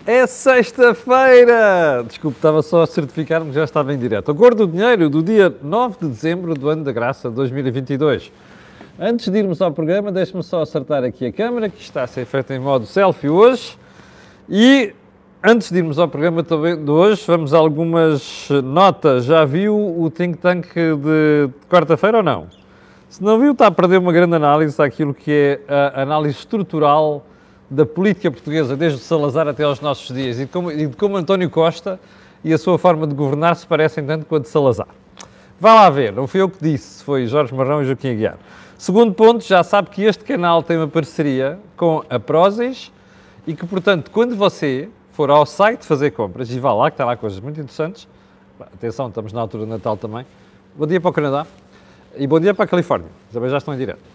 É sexta-feira! Desculpe, estava só a certificar-me que já estava em direto. Acordo do dinheiro do dia 9 de dezembro do ano da graça 2022. Antes de irmos ao programa, deixe-me só acertar aqui a câmera, que está a ser feita em modo selfie hoje. E antes de irmos ao programa de hoje, vamos a algumas notas. Já viu o think tank de quarta-feira ou não? Se não viu, está a perder uma grande análise àquilo que é a análise estrutural da política portuguesa, desde Salazar até aos nossos dias, e de como António Costa e a sua forma de governar se parecem tanto quanto Salazar. Vá lá ver, não fui eu que disse, foi Jorge Marrão e Joaquim Aguiar. Segundo ponto, já sabe que este canal tem uma parceria com a Prozis e que, portanto, quando você for ao site fazer compras, e vá lá, que está lá coisas muito interessantes, atenção, estamos na altura do Natal também, bom dia para o Canadá e bom dia para a Califórnia, também já estão em direto.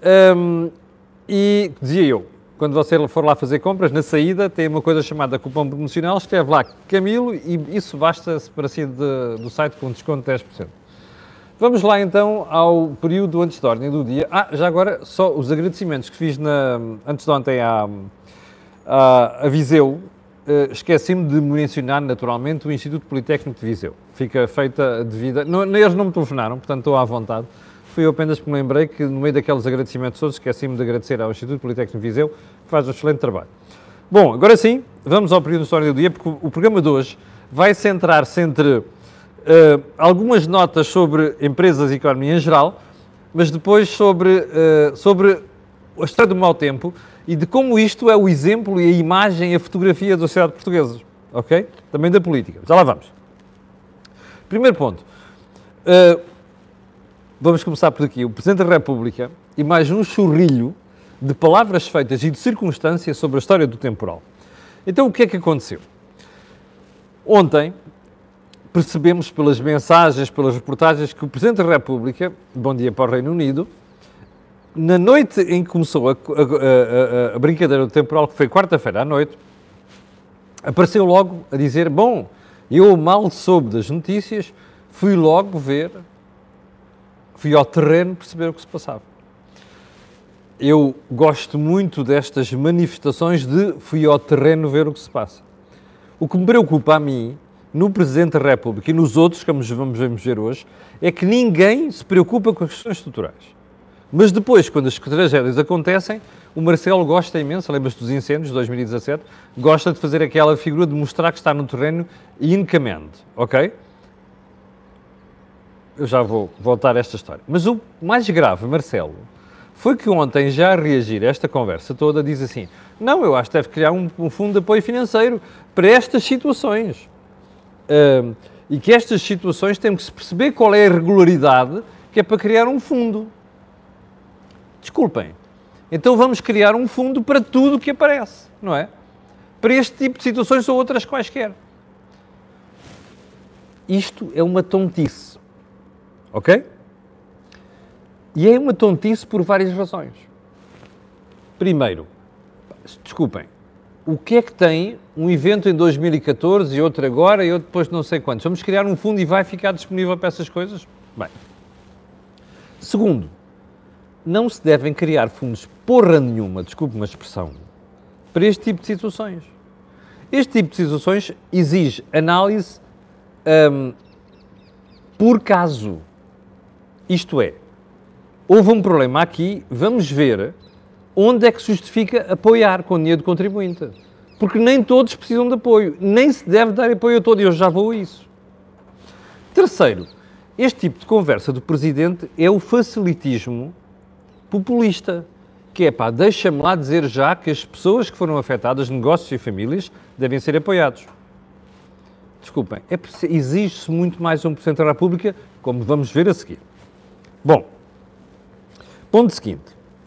E dizia eu, quando você for lá fazer compras, na saída tem uma coisa chamada cupom promocional, escreve lá Camilo e isso basta para sair do site com um desconto de 10%. Vamos lá então ao período antes da ordem do dia. Já agora, só os agradecimentos que fiz antes de ontem a Viseu, esqueci-me de mencionar naturalmente o Instituto Politécnico de Viseu. Fica feita a devida... Eles não me telefonaram, portanto estou à vontade. Fui eu apenas que me lembrei que no meio daqueles agradecimentos todos, esqueci-me de agradecer ao Instituto Politécnico de Viseu, que faz um excelente trabalho. Bom, agora sim, vamos ao período de história do dia, porque o programa de hoje vai centrar-se entre algumas notas sobre empresas e economia em geral, mas depois sobre a história do mau tempo e de como isto é o exemplo e a imagem e a fotografia da sociedade portuguesa, ok? Também da política. Já lá vamos. Primeiro ponto. Vamos começar por aqui. O Presidente da República e mais um churrilho de palavras feitas e de circunstâncias sobre a história do temporal. Então, o que é que aconteceu? Ontem, percebemos pelas mensagens, pelas reportagens, que o Presidente da República, bom dia para o Reino Unido, na noite em que começou a brincadeira do temporal, que foi quarta-feira à noite, apareceu logo a dizer, bom, eu mal soube das notícias, fui logo ver... Fui ao terreno perceber o que se passava. Eu gosto muito destas manifestações de fui ao terreno ver o que se passa. O que me preocupa a mim, no Presidente da República e nos outros, como vamos ver hoje, é que ninguém se preocupa com as questões estruturais. Mas depois, quando as tragédias acontecem, o Marcelo gosta imenso, lembra-se dos incêndios de 2017, gosta de fazer aquela figura de mostrar que está no terreno in command, ok? Eu já vou voltar a esta história. Mas o mais grave, Marcelo, foi que ontem, já a reagir a esta conversa toda, diz assim, não, eu acho que deve criar um fundo de apoio financeiro para estas situações. E que estas situações têm que se perceber qual é a regularidade que é para criar um fundo. Desculpem. Então vamos criar um fundo para tudo o que aparece, não é? Para este tipo de situações ou outras quaisquer. Isto é uma tontice. Ok? E é uma tontice por várias razões. Primeiro, desculpem, o que é que tem um evento em 2014 e outro agora e outro depois de não sei quantos? Vamos criar um fundo e vai ficar disponível para essas coisas? Bem. Segundo, não se devem criar fundos porra nenhuma, desculpe uma expressão, para este tipo de situações. Este tipo de situações exige análise por caso. Isto é, houve um problema aqui, vamos ver onde é que se justifica apoiar com dinheiro do contribuinte. Porque nem todos precisam de apoio, nem se deve dar apoio a todos, e eu já vou a isso. Terceiro, este tipo de conversa do Presidente é o facilitismo populista, que é, deixa-me lá dizer já que as pessoas que foram afetadas, negócios e famílias, devem ser apoiados. Desculpem, exige-se muito mais um Presidente da República, como vamos ver a seguir. Bom, ponto seguinte.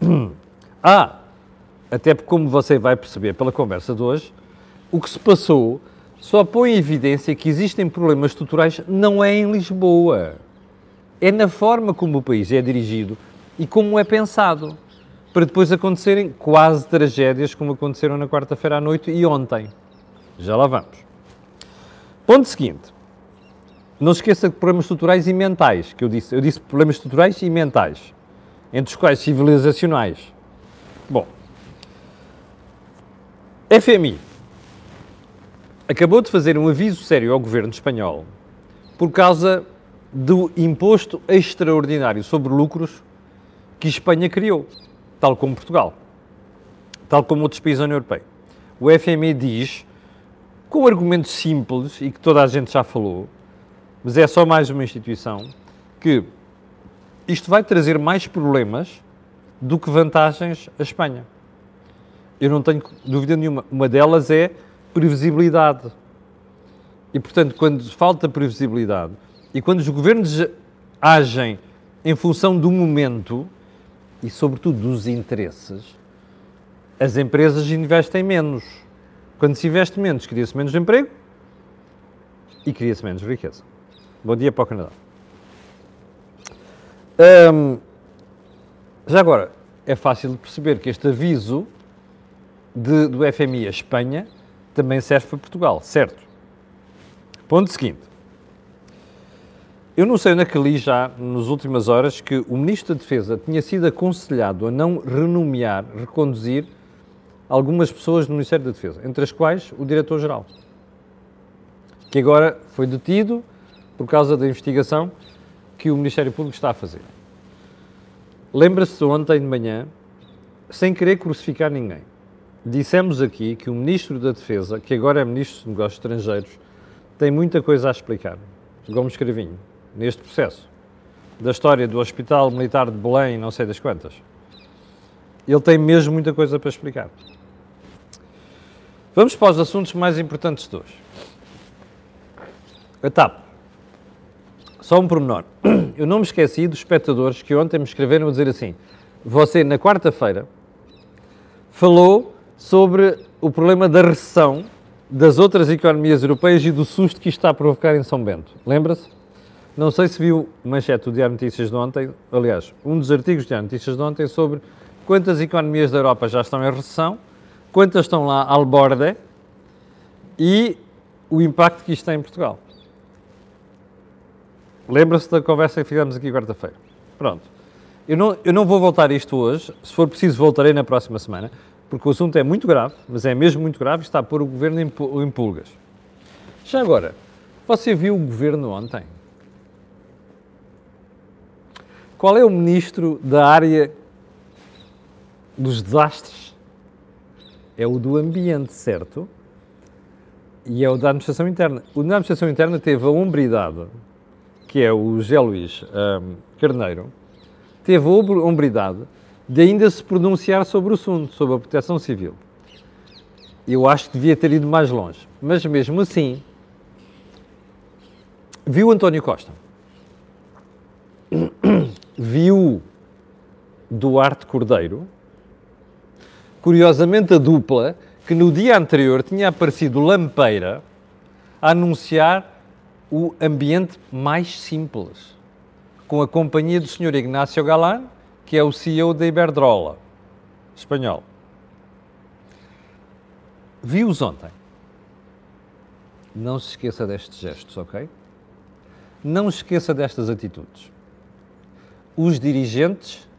Até porque, como você vai perceber pela conversa de hoje, o que se passou só põe em evidência que existem problemas estruturais não é em Lisboa. É na forma como o país é dirigido e como é pensado, para depois acontecerem quase tragédias como aconteceram na quarta-feira à noite e ontem. Já lá vamos. Ponto seguinte. Não se esqueça de problemas estruturais e mentais, que eu disse problemas estruturais e mentais, entre os quais civilizacionais. Bom, FMI. acabou de fazer um aviso sério ao governo espanhol por causa do imposto extraordinário sobre lucros que Espanha criou, tal como Portugal, tal como outros países da União Europeia. O FMI diz, com argumentos simples e que toda a gente já falou, mas é só mais uma instituição, que isto vai trazer mais problemas do que vantagens à Espanha. Eu não tenho dúvida nenhuma. Uma delas é previsibilidade. E, portanto, quando falta previsibilidade e quando os governos agem em função do momento e, sobretudo, dos interesses, as empresas investem menos. Quando se investe menos, cria-se menos emprego e cria-se menos riqueza. Bom dia para o Canadá. Já agora, é fácil de perceber que este aviso do FMI à Espanha também serve para Portugal, certo? Ponto seguinte. Eu não sei onde é que li já, nas últimas horas, que o Ministro da Defesa tinha sido aconselhado a não renomear, reconduzir algumas pessoas no Ministério da Defesa, entre as quais o Diretor-Geral, que agora foi detido por causa da investigação que o Ministério Público está a fazer. Lembra-se ontem de manhã, sem querer crucificar ninguém, dissemos aqui que o Ministro da Defesa, que agora é Ministro dos Negócios Estrangeiros, tem muita coisa a explicar, Gomes Cravinho, neste processo, da história do Hospital Militar de Belém, não sei das quantas. Ele tem mesmo muita coisa para explicar. Vamos para os assuntos mais importantes de hoje. A TAP. Só um pormenor. Eu não me esqueci dos espectadores que ontem me escreveram a dizer assim: você, na quarta-feira, falou sobre o problema da recessão das outras economias europeias e do susto que isto está a provocar em São Bento. Lembra-se? Não sei se viu o manchete do Diário Notícias de ontem, aliás, um dos artigos do Diário Notícias de ontem sobre quantas economias da Europa já estão em recessão, quantas estão lá al borde e o impacto que isto tem em Portugal. Lembra-se da conversa que fizemos aqui quarta-feira. Pronto. Eu não vou voltar a isto hoje, se for preciso voltarei na próxima semana, porque o assunto é muito grave, mas é mesmo muito grave e está a pôr o governo em pulgas. Já agora, você viu o governo ontem? Qual é o ministro da área dos desastres? É o do ambiente, certo? E é o da administração interna. O da administração interna teve a hombridade, que é o José Luís Carneiro, teve a hombridade de ainda se pronunciar sobre o assunto, sobre a proteção civil. Eu acho que devia ter ido mais longe. Mas mesmo assim, viu António Costa, viu Duarte Cordeiro, curiosamente a dupla, que no dia anterior tinha aparecido Lampeira a anunciar o ambiente mais simples, com a companhia do Sr. Ignácio Galán, que é o CEO da Iberdrola, espanhol. Vi-os ontem. Não se esqueça destes gestos, ok? Não se esqueça destas atitudes. Os dirigentes,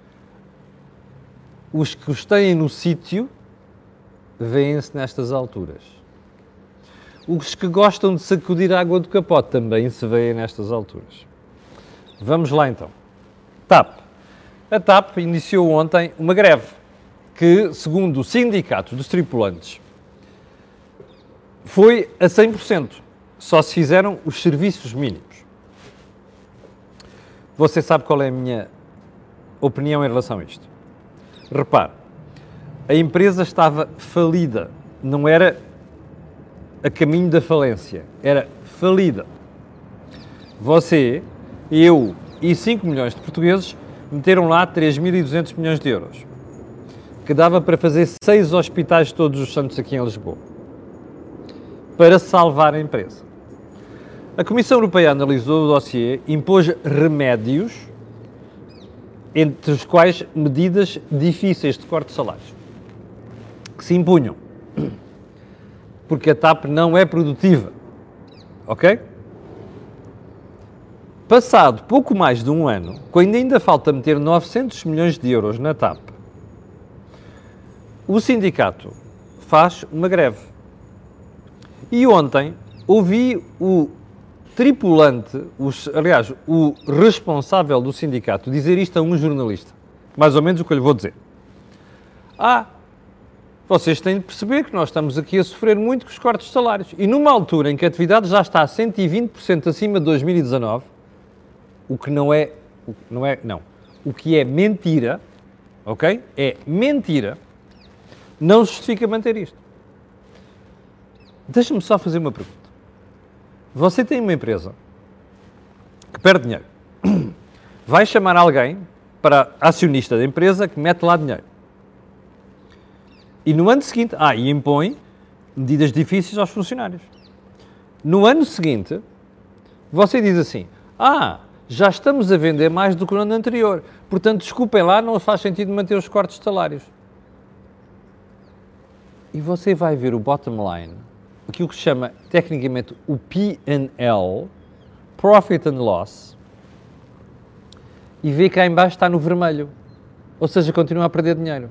os que os têm no sítio, vêem-se nestas alturas. Os que gostam de sacudir a água do capote também se veem nestas alturas. Vamos lá então. TAP. A TAP iniciou ontem uma greve que, segundo o sindicato dos tripulantes, foi a 100%. Só se fizeram os serviços mínimos. Você sabe qual é a minha opinião em relação a isto? Repare, a empresa estava falida. Não era a caminho da falência. Era falida. Você, eu e 5 milhões de portugueses meteram lá 3.200 milhões de euros, que dava para fazer 6 hospitais todos os santos aqui em Lisboa, para salvar a empresa. A Comissão Europeia analisou o dossiê, impôs remédios, entre os quais medidas difíceis de corte de salários, que se impunham, porque a TAP não é produtiva, ok? Passado pouco mais de um ano, quando ainda falta meter 900 milhões de euros na TAP, o sindicato faz uma greve. E ontem ouvi o tripulante, aliás, o responsável do sindicato, dizer isto a um jornalista. Mais ou menos o que eu lhe vou dizer. Vocês têm de perceber que nós estamos aqui a sofrer muito com os cortes de salários. E numa altura em que a atividade já está a 120% acima de 2019, o que o que é mentira, ok? É mentira, não justifica manter isto. Deixa-me só fazer uma pergunta. Você tem uma empresa que perde dinheiro. Vai chamar alguém para acionista da empresa que mete lá dinheiro. E no ano seguinte, e impõe medidas difíceis aos funcionários. No ano seguinte, você diz assim, já estamos a vender mais do que no ano anterior, portanto, desculpem lá, não faz sentido manter os cortes de salários. E você vai ver o bottom line, aquilo que se chama, tecnicamente, o P&L, Profit and Loss, e vê que cá em baixo está no vermelho. Ou seja, continua a perder dinheiro.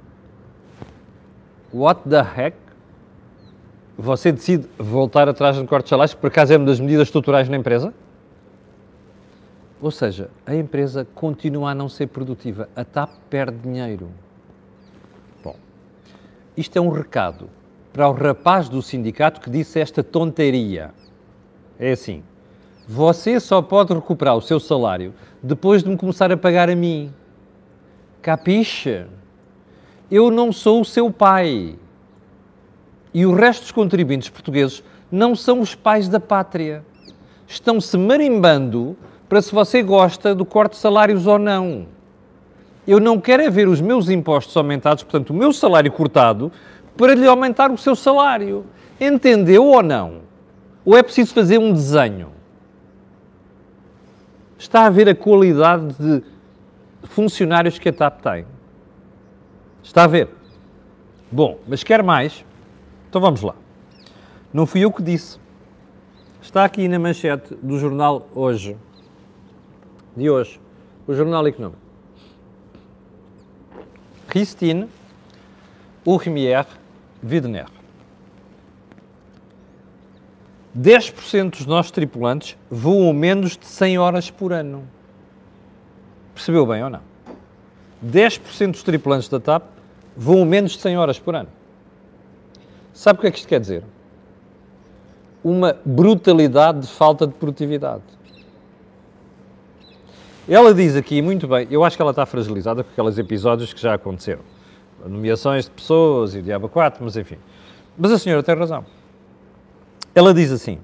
What the heck? Você decide voltar atrás no corte de salários, por acaso é uma das medidas estruturais na empresa? Ou seja, a empresa continua a não ser produtiva. A TAP perde dinheiro. Bom, isto é um recado para o rapaz do sindicato que disse esta tonteria. É assim, você só pode recuperar o seu salário depois de me começar a pagar a mim. Capiche? Eu não sou o seu pai. E o resto dos contribuintes portugueses não são os pais da pátria. Estão-se marimbando para se você gosta do corte de salários ou não. Eu não quero é ver os meus impostos aumentados, portanto, o meu salário cortado, para lhe aumentar o seu salário. Entendeu ou não? Ou é preciso fazer um desenho? Está a ver a qualidade de funcionários que a TAP tem? Está a ver? Bom, mas quer mais? Então vamos lá. Não fui eu que disse. Está aqui na manchete do jornal Hoje. De hoje. O Jornal Económico. Christine Urmier Widner. 10% dos nossos tripulantes voam menos de 100 horas por ano. Percebeu bem ou não? 10% dos tripulantes da TAP voam menos de 100 horas por ano. Sabe o que é que isto quer dizer? Uma brutalidade de falta de produtividade. Ela diz aqui, muito bem, eu acho que ela está fragilizada com aqueles episódios que já aconteceram. Nomeações de pessoas e o diabo 4, mas enfim. Mas a senhora tem razão. Ela diz assim,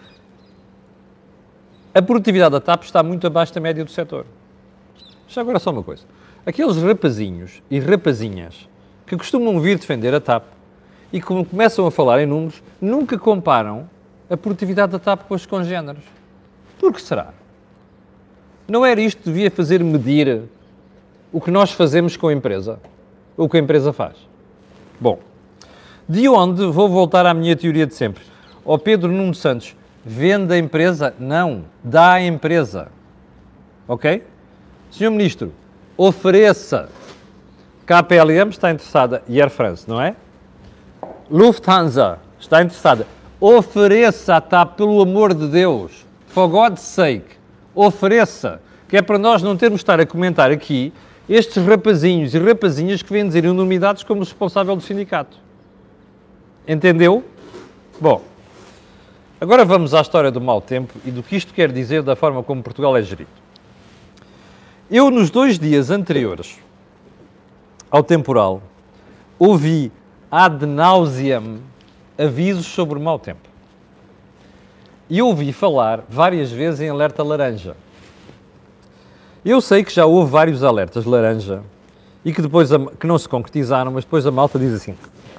a produtividade da TAP está muito abaixo da média do setor. Já agora só uma coisa. Aqueles rapazinhos e rapazinhas que costumam vir defender a TAP e como começam a falar em números, nunca comparam a produtividade da TAP com os congêneres. Por que será? Não era isto que devia fazer medir o que nós fazemos com a empresa? Ou o que a empresa faz? Bom, de onde vou voltar à minha teoria de sempre? Ó Pedro Nuno Santos, vende a empresa? Não, dá à empresa. Ok? Senhor Ministro, ofereça. KPLM está interessada e Air France, não é? Lufthansa está interessada. Ofereça a TAP, pelo amor de Deus. For God's sake. Ofereça. Que é para nós não termos de estar a comentar aqui estes rapazinhos e rapazinhas que vêm dizer enormidades como responsável do sindicato. Entendeu? Bom, agora vamos à história do mau tempo e do que isto quer dizer da forma como Portugal é gerido. Eu, nos 2 dias anteriores ao temporal, ouvi ad nauseam avisos sobre o mau tempo. E ouvi falar várias vezes em alerta laranja. Eu sei que já houve vários alertas laranja e que depois que não se concretizaram, mas depois a malta diz assim,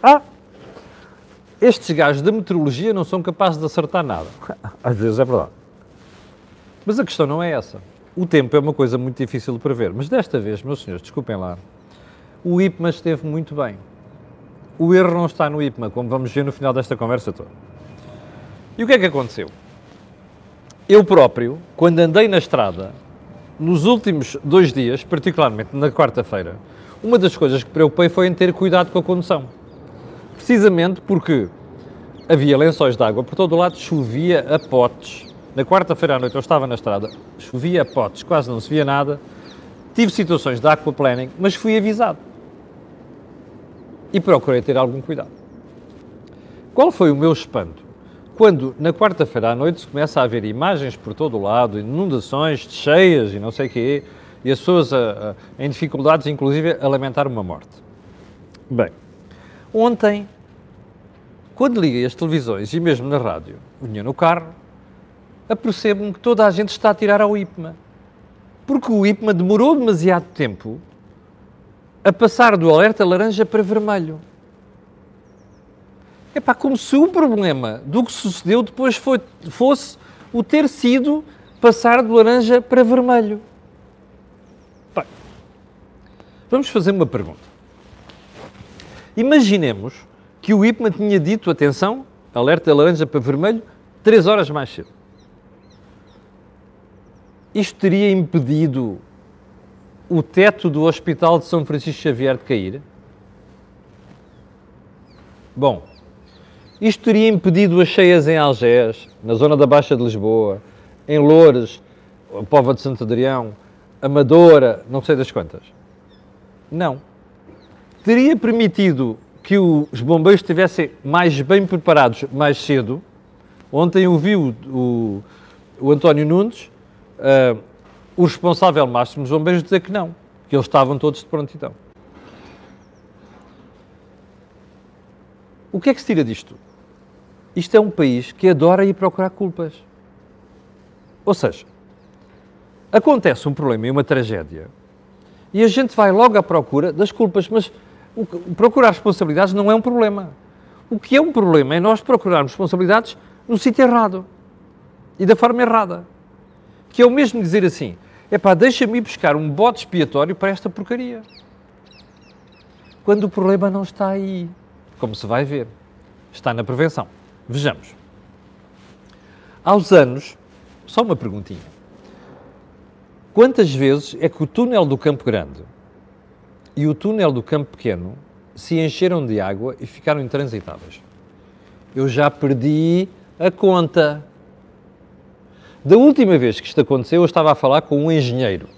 estes gajos da meteorologia não são capazes de acertar nada. Às vezes é verdade. Mas a questão não é essa. O tempo é uma coisa muito difícil de prever. Mas desta vez, meus senhores, desculpem lá, o IPMA esteve muito bem. O erro não está no IPMA, como vamos ver no final desta conversa toda. E o que é que aconteceu? Eu próprio, quando andei na estrada, nos últimos 2 dias, particularmente na quarta-feira, uma das coisas que preocupei foi em ter cuidado com a condução. Precisamente porque havia lençóis de água por todo o lado, chovia a potes. Na quarta-feira à noite eu estava na estrada, chovia a potes, quase não se via nada. Tive situações de aquaplaning, mas fui avisado. E procurei ter algum cuidado. Qual foi o meu espanto? Quando, na quarta-feira à noite, se começa a haver imagens por todo o lado, inundações cheias e não sei o quê, e as pessoas em dificuldades, inclusive, a lamentar uma morte. Bem, ontem, quando liguei as televisões e mesmo na rádio, vinha no carro, apercebo-me que toda a gente está a tirar ao IPMA. Porque o IPMA demorou demasiado tempo a passar do alerta laranja para vermelho. Epá, como se o problema do que sucedeu depois fosse o ter sido passar do laranja para vermelho. Bem, vamos fazer uma pergunta. Imaginemos que o IPMA tinha dito, atenção, alerta laranja para vermelho, 3 horas mais cedo. Isto teria impedido o teto do Hospital de São Francisco Xavier de cair? Bom, isto teria impedido as cheias em Algés, na zona da Baixa de Lisboa, em Loures, a Póvoa de Santo Adrião, Amadora, não sei das quantas. Não. Teria permitido que os bombeiros estivessem mais bem preparados mais cedo. Ontem eu vi o António Nunes, o responsável máximo dos bombeiros, dizer que não, que eles estavam todos de prontidão. O que é que se tira disto? Isto é um país que adora ir procurar culpas. Ou seja, acontece um problema e uma tragédia e a gente vai logo à procura das culpas, mas procurar responsabilidades não é um problema. O que é um problema é nós procurarmos responsabilidades no sítio errado e da forma errada. Que é o mesmo dizer assim, epá, deixa-me ir buscar um bode expiatório para esta porcaria. Quando o problema não está aí, como se vai ver, está na prevenção. Vejamos. Aos anos, só uma perguntinha. Quantas vezes é que o túnel do Campo Grande e o túnel do Campo Pequeno se encheram de água e ficaram intransitáveis? Eu já perdi a conta. Da última vez que isto aconteceu, eu estava a falar com um engenheiro,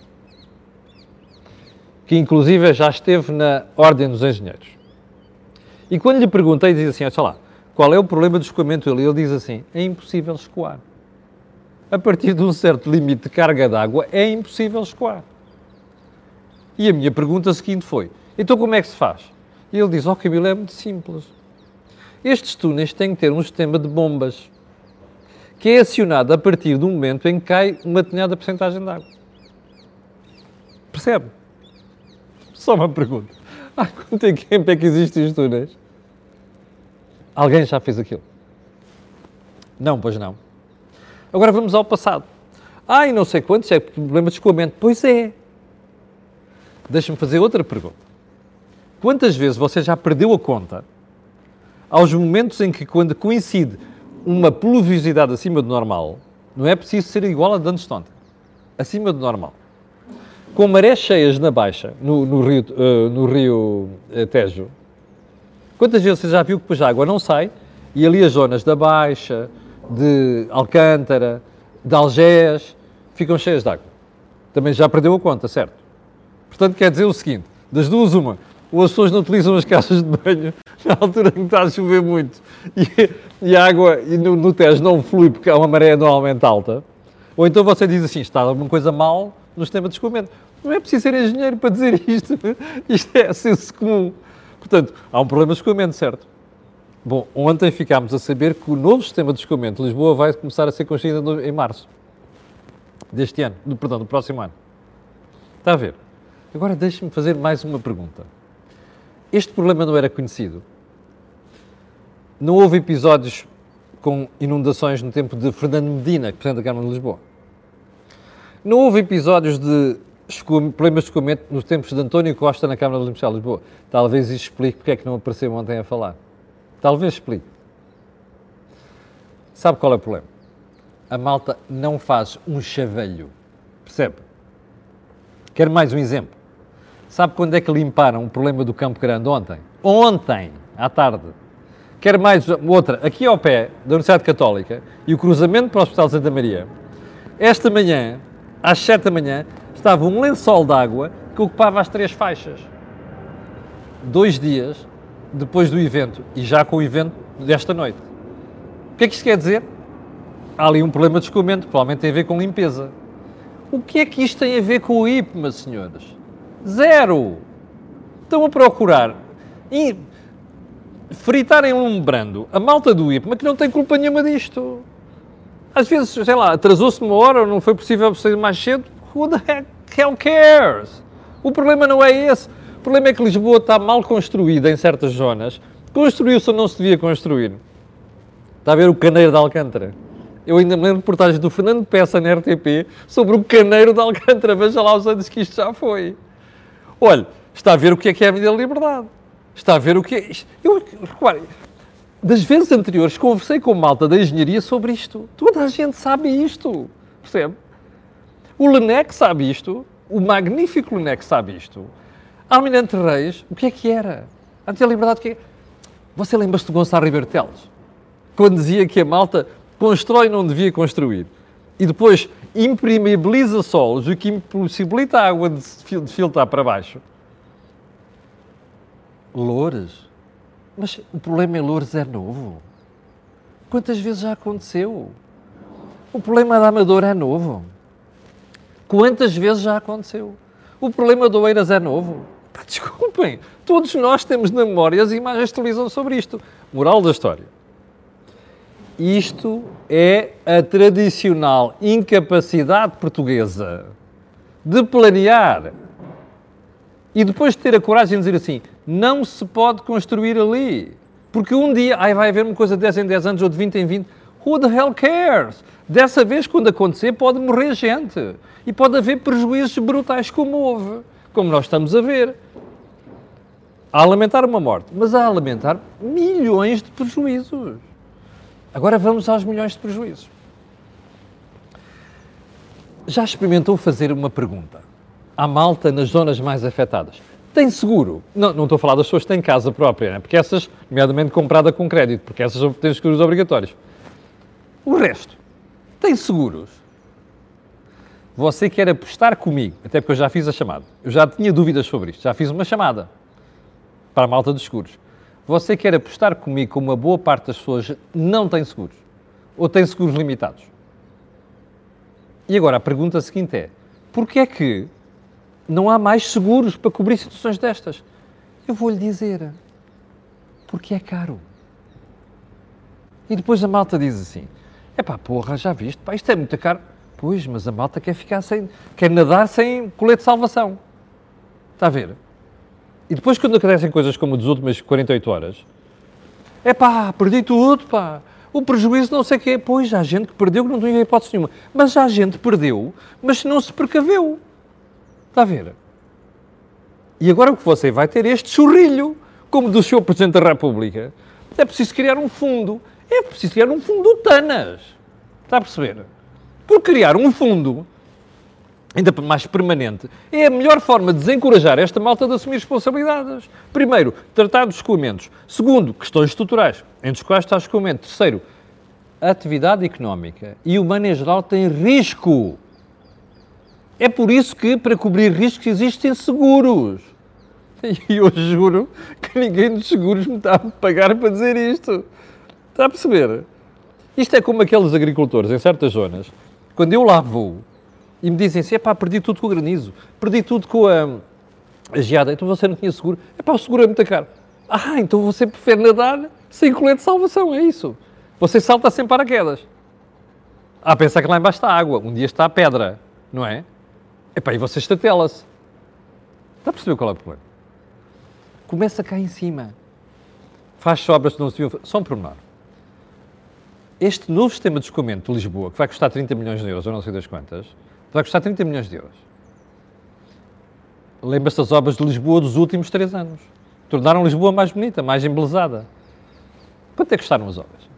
que inclusive já esteve na Ordem dos Engenheiros. E quando lhe perguntei, diz assim, olha lá, qual é o problema do escoamento? Ele diz assim, é impossível escoar. A partir de um certo limite de carga d'água, é impossível escoar. E a minha pergunta seguinte foi, então como é que se faz? E ele diz, Camilo, é muito simples. Estes túneis têm que ter um sistema de bombas, que é acionado a partir do momento em que cai uma determinada porcentagem de água. Percebe? Só uma pergunta. Há quanto tempo é que existem os túneis? Alguém já fez aquilo? Não, pois não. Agora vamos ao passado. E não sei quantos, é problema de escoamento. Pois é. Deixa-me fazer outra pergunta. Quantas vezes você já perdeu a conta aos momentos em que, quando coincide uma pluviosidade acima do normal, não é preciso ser igual a de antes de ontem, acima do normal, com marés cheias na Baixa, no rio Tejo, quantas vezes você já viu que depois a água não sai e ali as zonas da Baixa, de Alcântara, de Algés, ficam cheias de água? Também já perdeu a conta, certo? Portanto, quer dizer o seguinte, das duas uma, ou as pessoas não utilizam as caixas de banho na altura em que está a chover muito e a água no Tejo não flui porque há uma maré normalmente alta, ou então você diz assim, está alguma coisa mal no sistema de escoamento. Não é preciso ser engenheiro para dizer isto. Isto é senso comum. Portanto, há um problema de escoamento, certo? Bom, ontem ficámos a saber que o novo sistema de escoamento de Lisboa vai começar a ser construído em março deste ano, do próximo ano. Está a ver? Agora deixe-me fazer mais uma pergunta. Este problema não era conhecido? Não houve episódios com inundações no tempo de Fernando Medina, Presidente da Câmara de Lisboa? Não houve episódios de problemas de escoamento nos tempos de António Costa na Câmara Municipal de Lisboa? Talvez isto explique porque é que não apareceu ontem a falar. Talvez explique. Sabe qual é o problema? A malta não faz um chaveiro. Percebe? Quero mais um exemplo. Sabe quando é que limparam o problema do Campo Grande ontem? Ontem, à tarde. quer mais outra, aqui ao pé da Universidade Católica, e o cruzamento para o Hospital de Santa Maria, esta manhã, às 7 da manhã, estava um lençol de água que ocupava as 3 faixas. 2 dias depois do evento, e já com o evento desta noite. O que é que isto quer dizer? Há ali um problema de escoamento, que provavelmente tem a ver com limpeza. O que é que isto tem a ver com o IPMA, senhores? Zero! Estão a procurar e fritarem lumbrando a malta do IPMA que não tem culpa nenhuma disto. Às vezes, sei lá, atrasou-se uma hora ou não foi possível sair mais cedo. Who the hell cares? O problema não é esse. O problema é que Lisboa está mal construída em certas zonas. Construiu-se ou não se devia construir. Está a ver o Caneiro de Alcântara? Eu ainda me lembro de reportagens do Fernando Peça na RTP sobre o Caneiro de Alcântara. Veja lá os anos que isto já foi. Olha, está a ver o que é a Avenida da Liberdade. Está a ver o que é... Repare, das vezes anteriores conversei com malta da engenharia sobre isto. Toda a gente sabe isto. Percebe? O LENEC sabe isto. O magnífico LENEC sabe isto. Almirante Reis, o que é que era? A Avenida da Liberdade, o que é? Você lembra-se do Gonçalo Ribeiro Teles? Quando dizia que a malta constrói e não devia construir. E depois impermeabiliza solos, o que impossibilita a água de filtrar para baixo. Loures? Mas o problema em Loures é novo. Quantas vezes já aconteceu? O problema da Amadora é novo. Quantas vezes já aconteceu? O problema do Oeiras é novo. Pá, desculpem, todos nós temos na memória as imagens de televisão sobre isto. Moral da história. Isto é a tradicional incapacidade portuguesa de planear e depois de ter a coragem de dizer assim, não se pode construir ali, porque um dia vai haver uma coisa de 10 em 10 anos ou de 20 em 20, who the hell cares? Dessa vez, quando acontecer, pode morrer gente e pode haver prejuízos brutais como houve, como nós estamos a ver. Há a lamentar uma morte, mas há a lamentar milhões de prejuízos. Agora vamos aos milhões de prejuízos. Já experimentou fazer uma pergunta à malta nas zonas mais afetadas? Tem seguro? Não estou a falar das pessoas que têm casa própria, né? Porque essas, nomeadamente comprada com crédito, porque essas têm seguros obrigatórios. O resto, tem seguros? Você quer apostar comigo, até porque eu já fiz a chamada, eu já tinha dúvidas sobre isto, já fiz uma chamada para a malta dos seguros. Você quer apostar comigo que uma boa parte das pessoas não tem seguros? Ou tem seguros limitados? E agora a pergunta seguinte é, porquê é que não há mais seguros para cobrir situações destas? Eu vou-lhe dizer, porque é caro. E depois a malta diz assim, epá, porra, já viste, pá, isto é muito caro. Pois, mas a malta quer nadar sem colete de salvação. Está a ver? E depois, quando acontecem coisas como das últimas 48 horas, é pá, perdi tudo, pá. O prejuízo não sei o quê. Pois, há gente que perdeu que não tinha hipótese nenhuma. Mas há gente que perdeu, mas não se precaveu. Está a ver? E agora o que você vai ter é este churrilho, como do Sr. Presidente da República. É preciso criar um fundo. É preciso criar um fundo de tanas. Está a perceber? Por criar um fundo ainda mais permanente, é a melhor forma de desencorajar esta malta de assumir responsabilidades. Primeiro, tratar dos escoamentos. Segundo, questões estruturais, entre os quais está o escoamento. Terceiro, a atividade económica e humana em geral tem risco. É por isso que, para cobrir riscos, existem seguros. E eu juro que ninguém dos seguros me está a pagar para dizer isto. Está a perceber? Isto é como aqueles agricultores em certas zonas, quando eu lá vou, e me dizem assim, epá, perdi tudo com o granizo, perdi tudo com a geada, então você não tinha seguro. Epá, o seguro é muito caro. Ah, então você prefere nadar sem colete de salvação, é isso. Você salta sem paraquedas. Ah, pensa que lá embaixo está água, um dia está a pedra, não é? Epá, e você estatela-se. Está a perceber qual é o problema? Começa cá em cima. Faz obras que não se deviam fazer. Só um pormenor. Este novo sistema de escoamento de Lisboa, que vai custar 30 milhões de euros, ou não sei das quantas, vai custar 30 milhões de euros. Lembra-se das obras de Lisboa dos últimos 3 anos. Tornaram Lisboa mais bonita, mais embelezada. Quanto é que custaram as obras?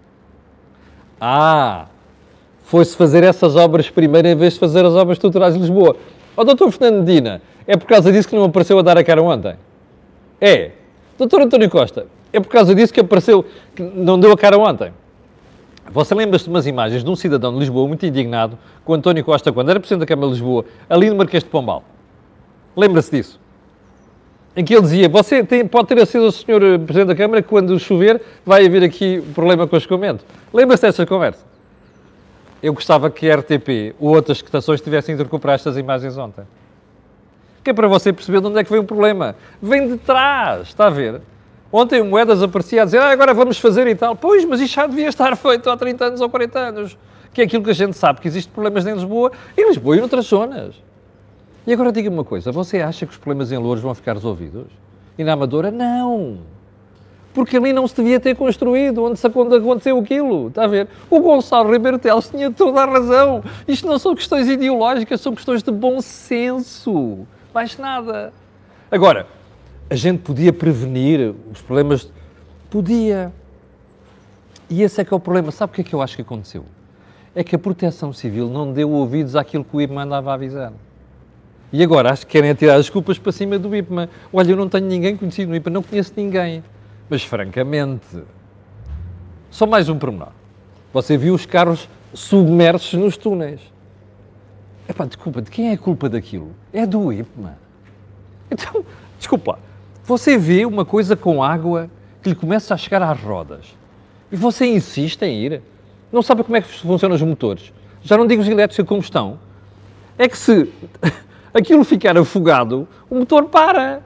Ah, foi-se fazer essas obras primeiro em vez de fazer as obras estruturais de Lisboa. Ó, Dr. Fernando Medina, é por causa disso que não apareceu a dar a cara ontem? É. Dr. António Costa, É por causa disso que apareceu, que não deu a cara ontem. Você lembra-se de umas imagens de um cidadão de Lisboa muito indignado com o António Costa, quando era Presidente da Câmara de Lisboa, ali no Marquês de Pombal. Lembra-se disso? Em que ele dizia, pode ter sido o Sr. Presidente da Câmara que quando chover vai haver aqui problema com o escoamento. Lembra-se dessa conversa? Eu gostava que a RTP ou outras estações tivessem de recuperar estas imagens ontem. Que é para você perceber de onde é que vem o problema. Vem de trás, está a ver? Ontem o Moedas aparecia a dizer, agora vamos fazer e tal. Pois, mas isto já devia estar feito há 30 anos ou 40 anos. Que é aquilo que a gente sabe, que existem problemas em Lisboa e noutras zonas. E agora diga-me uma coisa, você acha que os problemas em Loures vão ficar resolvidos? E na Amadora? Não. Porque ali não se devia ter construído, onde aconteceu aquilo, está a ver? O Gonçalo Ribeiro Teles tinha toda a razão. Isto não são questões ideológicas, são questões de bom senso. Mais nada. Agora, a gente podia prevenir os problemas? Podia. E esse é que é o problema. Sabe o que é que eu acho que aconteceu? É que a Proteção Civil não deu ouvidos àquilo que o IPMA andava a avisar. E agora acho que querem tirar as culpas para cima do IPMA. Olha, eu não tenho ninguém conhecido no IPMA, não conheço ninguém. Mas, francamente, só mais um pormenor. Você viu os carros submersos nos túneis. Epá, desculpa, de quem é a culpa daquilo? É do IPMA. Então, desculpa, você vê uma coisa com água que lhe começa a chegar às rodas e você insiste em ir. Não sabe como é que funcionam os motores. Já não digo os elétricos a combustão. É que se aquilo ficar afogado, o motor para.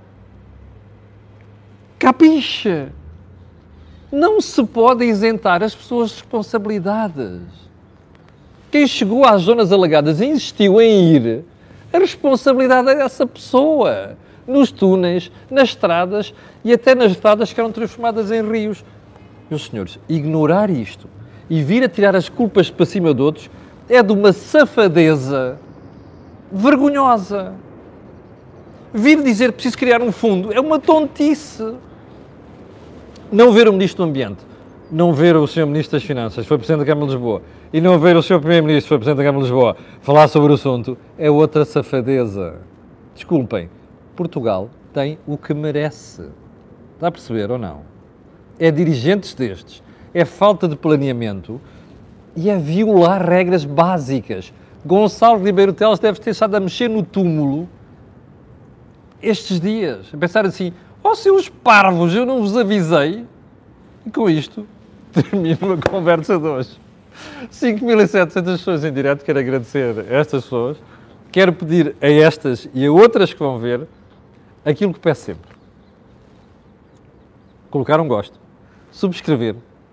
Capixa? Não se pode isentar as pessoas de responsabilidades. Quem chegou às zonas alagadas e insistiu em ir, a responsabilidade é dessa pessoa. Nos túneis, nas estradas e até nas estradas que eram transformadas em rios. Meus senhores, ignorar isto e vir a tirar as culpas para cima de outros é de uma safadeza vergonhosa. Vir dizer que preciso criar um fundo é uma tontice. Não ver o Ministro do Ambiente, não ver o Sr. Ministro das Finanças, foi Presidente da Câmara de Lisboa, e não ver o Sr. Primeiro-Ministro, foi Presidente da Câmara de Lisboa, falar sobre o assunto, é outra safadeza. Desculpem, Portugal tem o que merece. Está a perceber ou não? É dirigentes destes, é falta de planeamento e é violar regras básicas. Gonçalo Ribeiro Teles deve ter estado a mexer no túmulo estes dias, a pensar assim, seus parvos, eu não vos avisei. E com isto, termino a conversa de hoje. 5.700 pessoas em direto, quero agradecer a estas pessoas. Quero pedir a estas e a outras que vão ver aquilo que peço sempre. Colocar um gosto, subscrever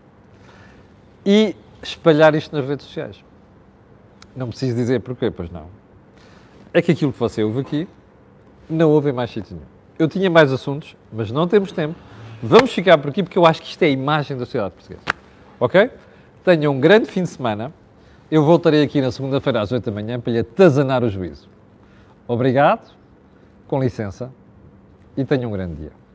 e espalhar isto nas redes sociais. Não preciso dizer porquê, pois não. É que aquilo que você ouve aqui, não ouve em mais sítio nenhum. Eu tinha mais assuntos, mas não temos tempo. Vamos ficar por aqui porque eu acho que isto é a imagem da sociedade portuguesa. Ok? Tenham um grande fim de semana. Eu voltarei aqui na segunda-feira às 8 da manhã para lhe atazanar o juízo. Obrigado, com licença, e tenham um grande dia.